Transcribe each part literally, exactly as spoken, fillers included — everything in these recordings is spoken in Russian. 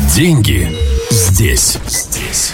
Деньги здесь. Здесь.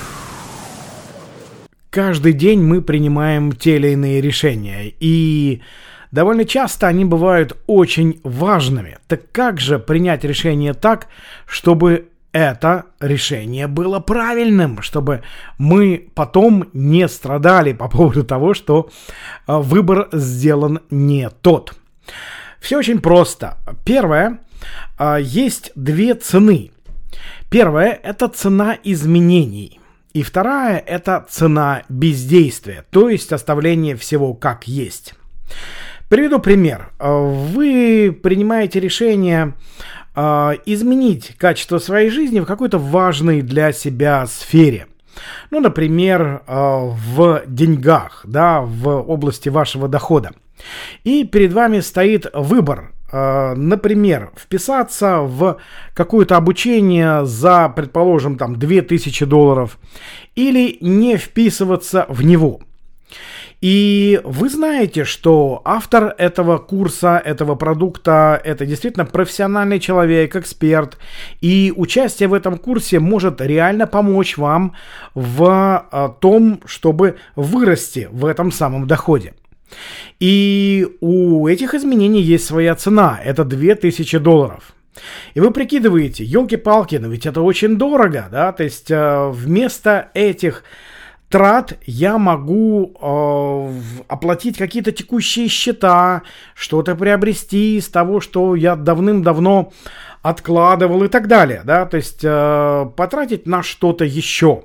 Каждый день мы принимаем те или иные решения, и довольно часто они бывают очень важными. Так как же принять решение так, чтобы это решение было правильным, чтобы мы потом не страдали по поводу того, что выбор сделан не тот? Все очень просто. Первое, есть две цены. Первая – это цена изменений. И вторая – это цена бездействия, то есть оставление всего как есть. Приведу пример. Вы принимаете решение э, изменить качество своей жизни в какой-то важной для себя сфере. Ну, например, э, в деньгах, да, в области вашего дохода. И перед вами стоит выбор. Например, вписаться в какое-то обучение за, предположим, там две тысячи долларов или не вписываться в него. И вы знаете, что автор этого курса, этого продукта, это действительно профессиональный человек, эксперт, и участие в этом курсе может реально помочь вам в том, чтобы вырасти в этом самом доходе. И у этих изменений есть своя цена, это две тысячи долларов. И вы прикидываете, елки-палки, но ведь это очень дорого, да, то есть э, вместо этих трат я могу э, оплатить какие-то текущие счета, что-то приобрести из того, что я давным-давно откладывал и так далее, да, то есть э, потратить на что-то еще.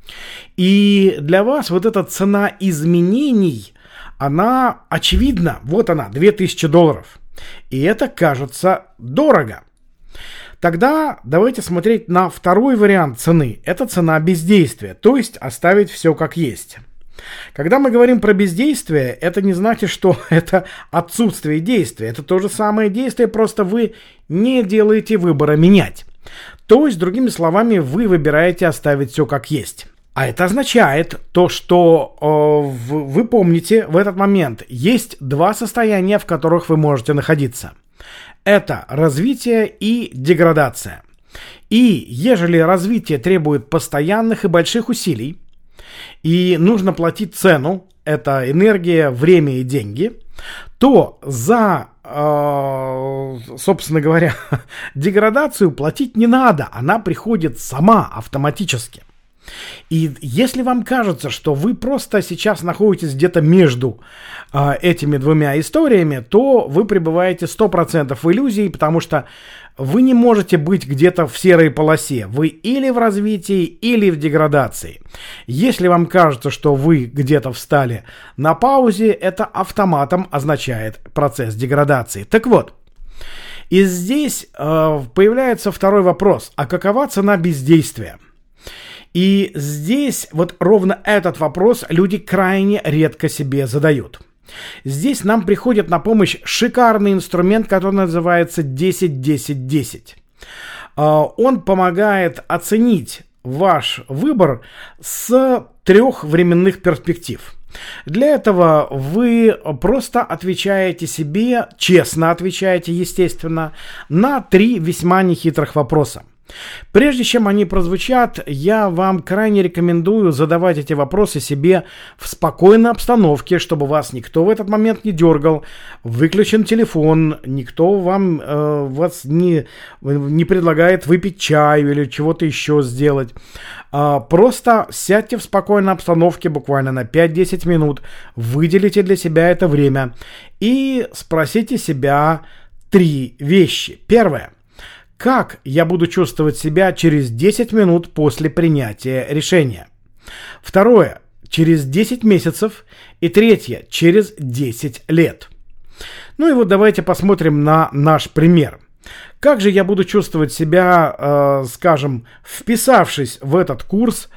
И для вас вот эта цена изменений, она очевидна, вот она, две тысячи долларов. И это кажется дорого. Тогда давайте смотреть на второй вариант цены. Это цена бездействия, то есть оставить все как есть. Когда мы говорим про бездействие, это не значит, что это отсутствие действия. Это то же самое действие, просто вы не делаете выбора менять. То есть, другими словами, вы выбираете оставить все как есть. А это означает то, что э, вы помните в этот момент, есть два состояния, в которых вы можете находиться. Это развитие и деградация. И ежели развитие требует постоянных и больших усилий, и нужно платить цену, это энергия, время и деньги, то за, э, собственно говоря, деградацию платить не надо, она приходит сама автоматически. И если вам кажется, что вы просто сейчас находитесь где-то между э, этими двумя историями, то вы пребываете сто процентов в иллюзии, потому что вы не можете быть где-то в серой полосе. Вы или в развитии, или в деградации. Если вам кажется, что вы где-то встали на паузе, это автоматом означает процесс деградации. Так вот, и здесь э, появляется второй вопрос. А какова цена бездействия? И здесь вот ровно этот вопрос люди крайне редко себе задают. Здесь нам приходит на помощь шикарный инструмент, который называется десять десять десять. Он помогает оценить ваш выбор с трех временных перспектив. Для этого вы просто отвечаете себе, честно отвечаете, естественно, на три весьма нехитрых вопроса. Прежде чем они прозвучат, я вам крайне рекомендую задавать эти вопросы себе в спокойной обстановке, чтобы вас никто в этот момент не дергал, выключен телефон, никто вам э, вас не, не предлагает выпить чаю или чего-то еще сделать. А, просто сядьте в спокойной обстановке буквально на пять-десять минут, выделите для себя это время и спросите себя три вещи. Первое. Как я буду чувствовать себя через десять минут после принятия решения? Второе. Через десять месяцев. И третье. Через десять лет. Ну и вот давайте посмотрим на наш пример. Как же я буду чувствовать себя, э, скажем, вписавшись в этот курс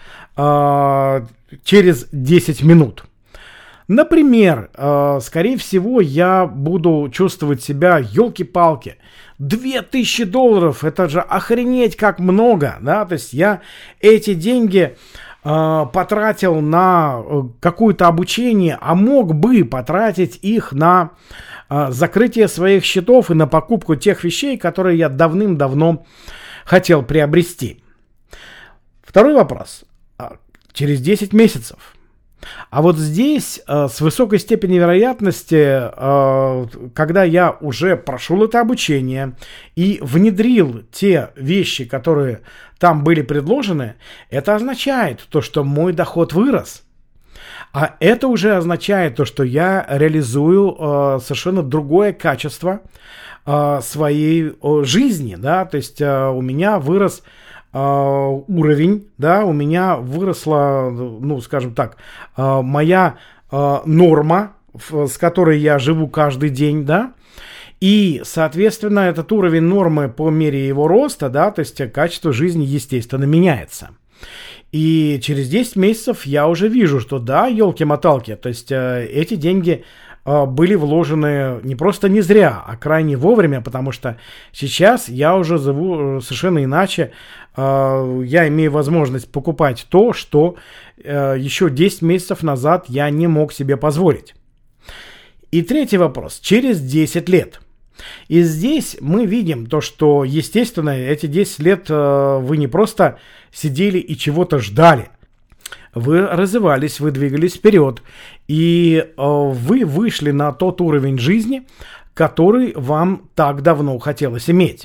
э, через десять минут? Например, э, скорее всего, я буду чувствовать себя, елки-палки, две тысячи долларов, это же охренеть как много, да, то есть я эти деньги э, потратил на какое-то обучение, а мог бы потратить их на э, закрытие своих счетов и на покупку тех вещей, которые я давным-давно хотел приобрести. Второй вопрос. Через десять месяцев. А вот здесь э, с высокой степенью вероятности, э, когда я уже прошел это обучение и внедрил те вещи, которые там были предложены, это означает то, что мой доход вырос. А это уже означает то, что я реализую э, совершенно другое качество э, своей э, жизни, да, то есть э, у меня вырос Uh, уровень, да, у меня выросла, ну, скажем так, uh, моя uh, норма, в, с которой я живу каждый день, да, и, соответственно, этот уровень нормы по мере его роста, да, то есть качество жизни, естественно, меняется. И через десять месяцев я уже вижу, что да, елки-моталки, то есть uh, эти деньги были вложены не просто не зря, а крайне вовремя, потому что сейчас я уже живу совершенно иначе. Я имею возможность покупать то, что еще десять месяцев назад я не мог себе позволить. И третий вопрос. Через десять лет. И здесь мы видим то, что, естественно, эти десять лет вы не просто сидели и чего-то ждали. Вы развивались, вы двигались вперед, и э, вы вышли на тот уровень жизни, который вам так давно хотелось иметь.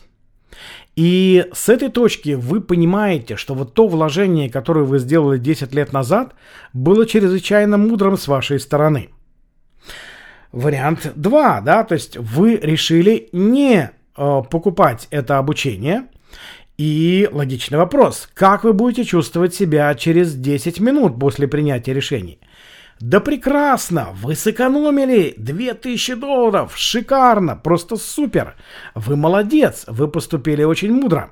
И с этой точки вы понимаете, что вот то вложение, которое вы сделали десять лет назад, было чрезвычайно мудрым с вашей стороны. Вариант два, да, то есть вы решили не э, покупать это обучение. И логичный вопрос. Как вы будете чувствовать себя через десять минут после принятия решений? Да прекрасно! Вы сэкономили две тысячи долларов! Шикарно! Просто супер! Вы молодец! Вы поступили очень мудро.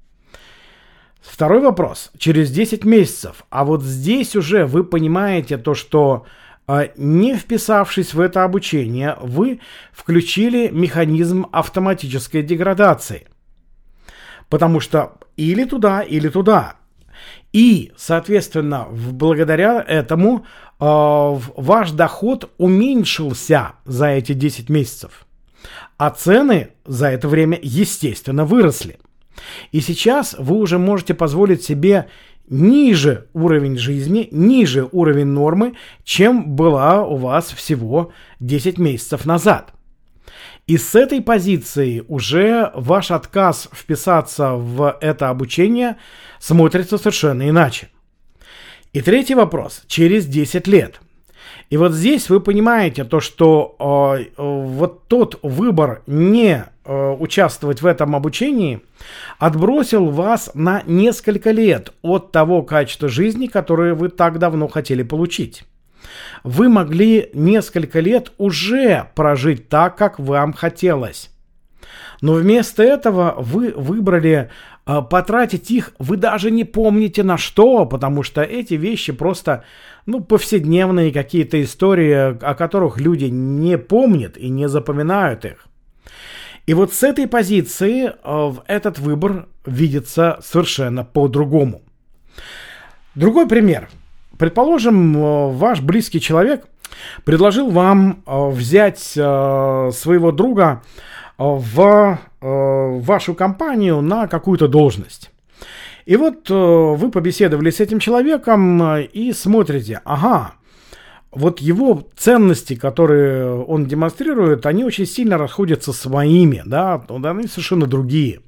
Второй вопрос. Через десять месяцев. А вот здесь уже вы понимаете то, что не вписавшись в это обучение, вы включили механизм автоматической деградации. Потому что или туда, или туда. И, соответственно, благодаря этому э, ваш доход уменьшился за эти десять месяцев. А цены за это время, естественно, выросли. И сейчас вы уже можете позволить себе ниже уровень жизни, ниже уровень нормы, чем была у вас всего десять месяцев назад. И с этой позиции уже ваш отказ вписаться в это обучение смотрится совершенно иначе. И третий вопрос. Через десять лет. И вот здесь вы понимаете то, что э, э, вот тот выбор не э, участвовать в этом обучении отбросил вас на несколько лет от того качества жизни, которое вы так давно хотели получить. Вы могли несколько лет уже прожить так, как вам хотелось. Но вместо этого вы выбрали э, потратить их, вы даже не помните на что, потому что эти вещи просто, ну, повседневные какие-то истории, о которых люди не помнят и не запоминают их. И вот с этой позиции э, этот выбор видится совершенно по-другому. Другой пример. Предположим, ваш близкий человек предложил вам взять своего друга в вашу компанию на какую-то должность. И вот вы побеседовали с этим человеком и смотрите, ага, вот его ценности, которые он демонстрирует, они очень сильно расходятся с моими, да, они совершенно другие.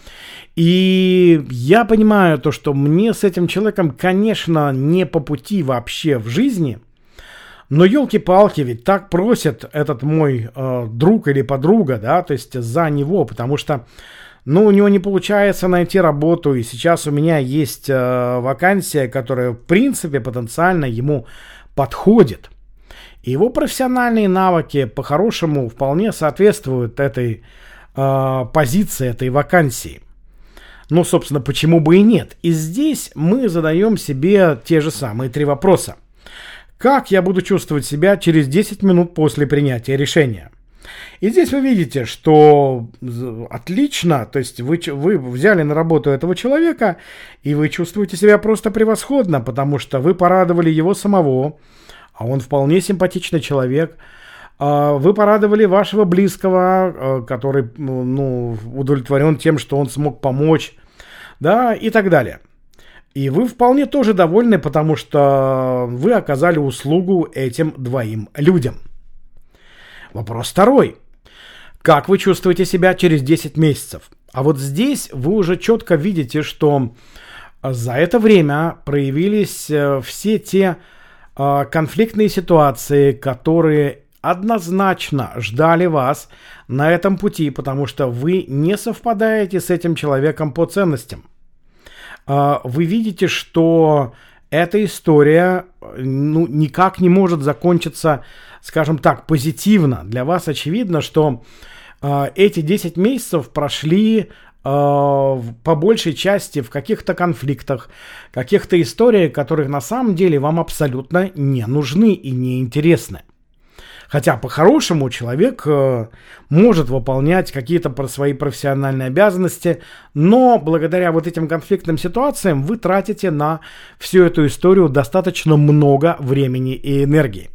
И я понимаю то, что мне с этим человеком, конечно, не по пути вообще в жизни, но елки-палки, ведь так просит этот мой э, друг или подруга, да, то есть за него, потому что, ну, у него не получается найти работу, и сейчас у меня есть э, вакансия, которая, в принципе, потенциально ему подходит. И его профессиональные навыки, по-хорошему, вполне соответствуют этой э, позиции, этой вакансии. Ну, собственно, почему бы и нет? И здесь мы задаем себе те же самые три вопроса. Как я буду чувствовать себя через десять минут после принятия решения? И здесь вы видите, что отлично, то есть вы, вы взяли на работу этого человека, и вы чувствуете себя просто превосходно, потому что вы порадовали его самого, а он вполне симпатичный человек. Вы порадовали вашего близкого, который, ну, удовлетворен тем, что он смог помочь. да, и так далее. И вы вполне тоже довольны, потому что вы оказали услугу этим двоим людям. Вопрос второй. Как вы чувствуете себя через десять месяцев? А вот здесь вы уже четко видите, что за это время проявились все те конфликтные ситуации, которые однозначно ждали вас на этом пути, потому что вы не совпадаете с этим человеком по ценностям. Вы видите, что эта история ну, никак не может закончиться, скажем так, позитивно. Для вас очевидно, что эти десять месяцев прошли по большей части в каких-то конфликтах, каких-то историях, которые на самом деле вам абсолютно не нужны и не интересны. Хотя по-хорошему человек э, может выполнять какие-то свои профессиональные обязанности, но благодаря вот этим конфликтным ситуациям вы тратите на всю эту историю достаточно много времени и энергии.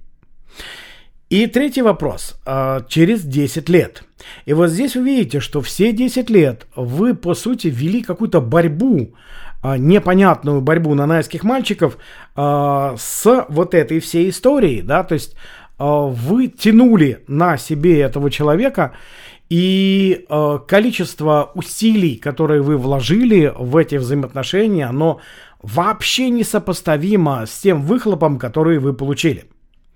И третий вопрос. Э, через десять лет. И вот здесь вы видите, что все десять лет вы, по сути, вели какую-то борьбу, э, непонятную борьбу нанайских мальчиков э, с вот этой всей историей, да, то есть вы тянули на себе этого человека, и э, количество усилий, которые вы вложили в эти взаимоотношения, оно вообще несопоставимо с тем выхлопом, который вы получили.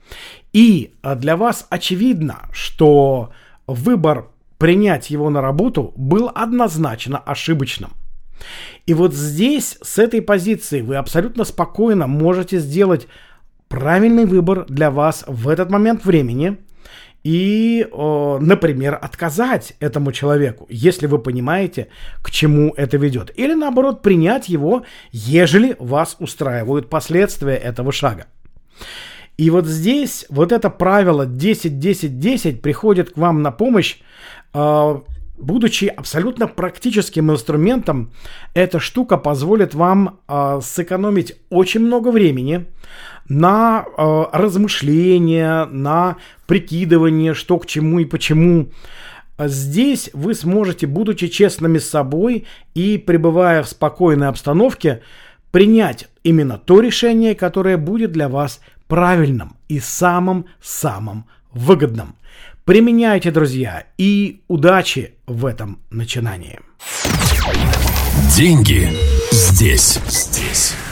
И для вас очевидно, что выбор принять его на работу был однозначно ошибочным. И вот здесь, с этой позиции, вы абсолютно спокойно можете сделать правильный выбор для вас в этот момент времени и, э, например, отказать этому человеку, если вы понимаете, к чему это ведет. Или, наоборот, принять его, ежели вас устраивают последствия этого шага. И вот здесь вот это правило десять десять десять приходит к вам на помощь, э, будучи абсолютно практическим инструментом. Эта штука позволит вам э, сэкономить очень много времени на э, размышления, на прикидывание, что к чему и почему. Здесь вы сможете, будучи честными с собой и пребывая в спокойной обстановке, принять именно то решение, которое будет для вас правильным и самым-самым выгодным. Применяйте, друзья, и удачи в этом начинании. Деньги здесь, здесь.